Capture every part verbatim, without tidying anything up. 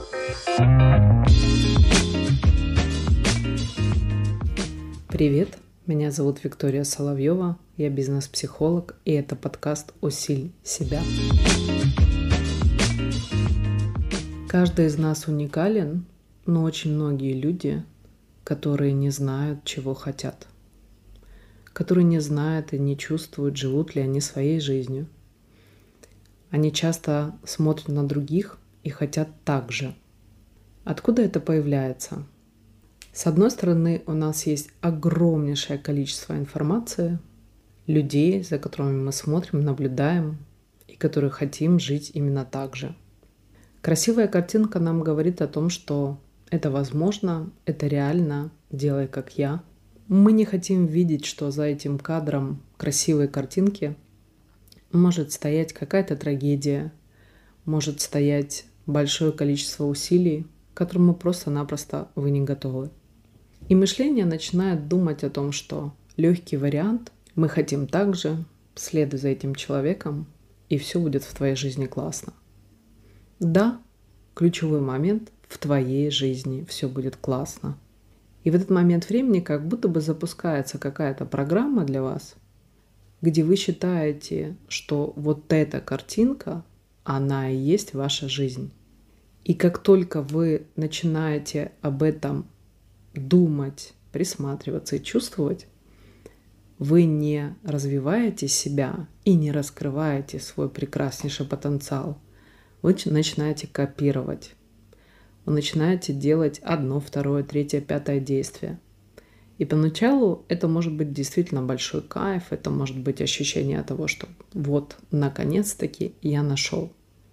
Привет, меня зовут Виктория Соловьева, я бизнес-психолог, и это подкаст «Усиль себя». Каждый из нас уникален, но очень многие люди, которые не знают, чего хотят, которые не знают и не чувствуют, живут ли они своей жизнью. Они часто смотрят на других и хотят так же. Откуда это появляется? С одной стороны, у нас есть огромнейшее количество информации, людей, за которыми мы смотрим, наблюдаем, и которые хотим жить именно так же. Красивая картинка нам говорит о том, что это возможно, это реально, делай как я. Мы не хотим видеть, что за этим кадром красивой картинки может стоять какая-то трагедия, может стоять большое количество усилий, к которому просто-напросто вы не готовы. И мышление начинает думать о том, что легкий вариант, мы хотим так же, следуй за этим человеком, и все будет в твоей жизни классно. Да, ключевой момент, в твоей жизни все будет классно. И в этот момент времени как будто бы запускается какая-то программа для вас, где вы считаете, что вот эта картинка, она и есть ваша жизнь. И как только вы начинаете об этом думать, присматриваться и чувствовать, вы не развиваете себя и не раскрываете свой прекраснейший потенциал. Вы начинаете копировать. Вы начинаете делать одно, второе, третье, пятое действие. И поначалу это может быть действительно большой кайф, это может быть ощущение того, что вот, наконец-таки я нашел.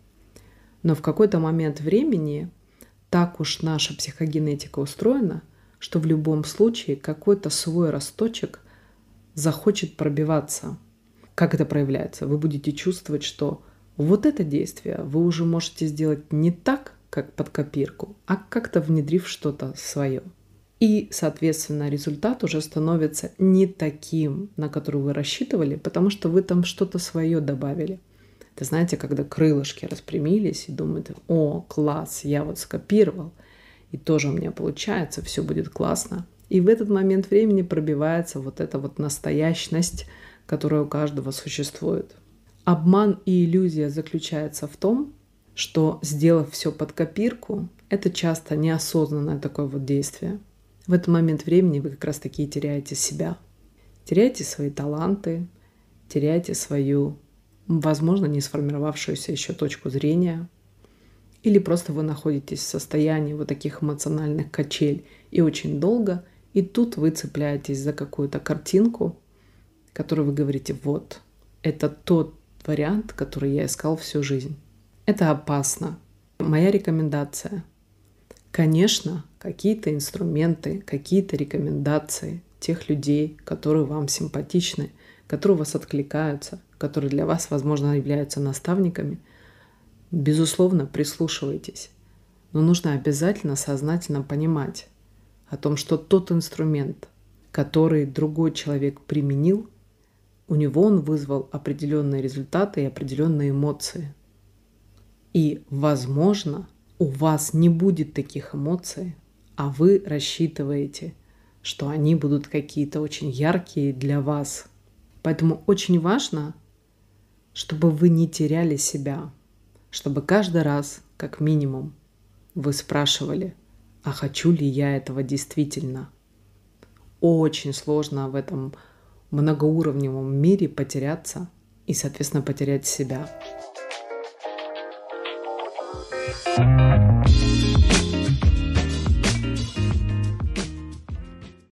Но в какой-то момент времени так уж наша психогенетика устроена, что в любом случае какой-то свой росточек захочет пробиваться. Как это проявляется? Вы будете чувствовать, что вот это действие вы уже можете сделать не так, как под копирку, а как-то внедрив что-то свое. И, соответственно, результат уже становится не таким, на который вы рассчитывали, потому что вы там что-то свое добавили. Это знаете, когда крылышки распрямились и думаете: о, класс, я вот скопировал, и тоже у меня получается, все будет классно. И в этот момент времени пробивается вот эта вот настоящность, которая у каждого существует. Обман и иллюзия заключается в том, что, сделав все под копирку, это часто неосознанное такое вот действие. В этот момент времени вы как раз таки теряете себя. Теряете свои таланты, теряете свою, возможно, не сформировавшуюся еще точку зрения. Или просто вы находитесь в состоянии вот таких эмоциональных качель и очень долго, и тут вы цепляетесь за какую-то картинку, которую вы говорите: вот, это тот вариант, который я искал всю жизнь. Это опасно. Моя рекомендация. Конечно, какие-то инструменты, какие-то рекомендации тех людей, которые вам симпатичны, которые у вас откликаются, которые для вас, возможно, являются наставниками, безусловно, прислушивайтесь. Но нужно обязательно сознательно понимать о том, что тот инструмент, который другой человек применил, у него он вызвал определенные результаты и определенные эмоции. И, возможно, у вас не будет таких эмоций, а вы рассчитываете, что они будут какие-то очень яркие для вас. Поэтому очень важно, чтобы вы не теряли себя, чтобы каждый раз, как минимум, вы спрашивали: а хочу ли я этого действительно? Очень сложно в этом многоуровневом мире потеряться и, соответственно, потерять себя.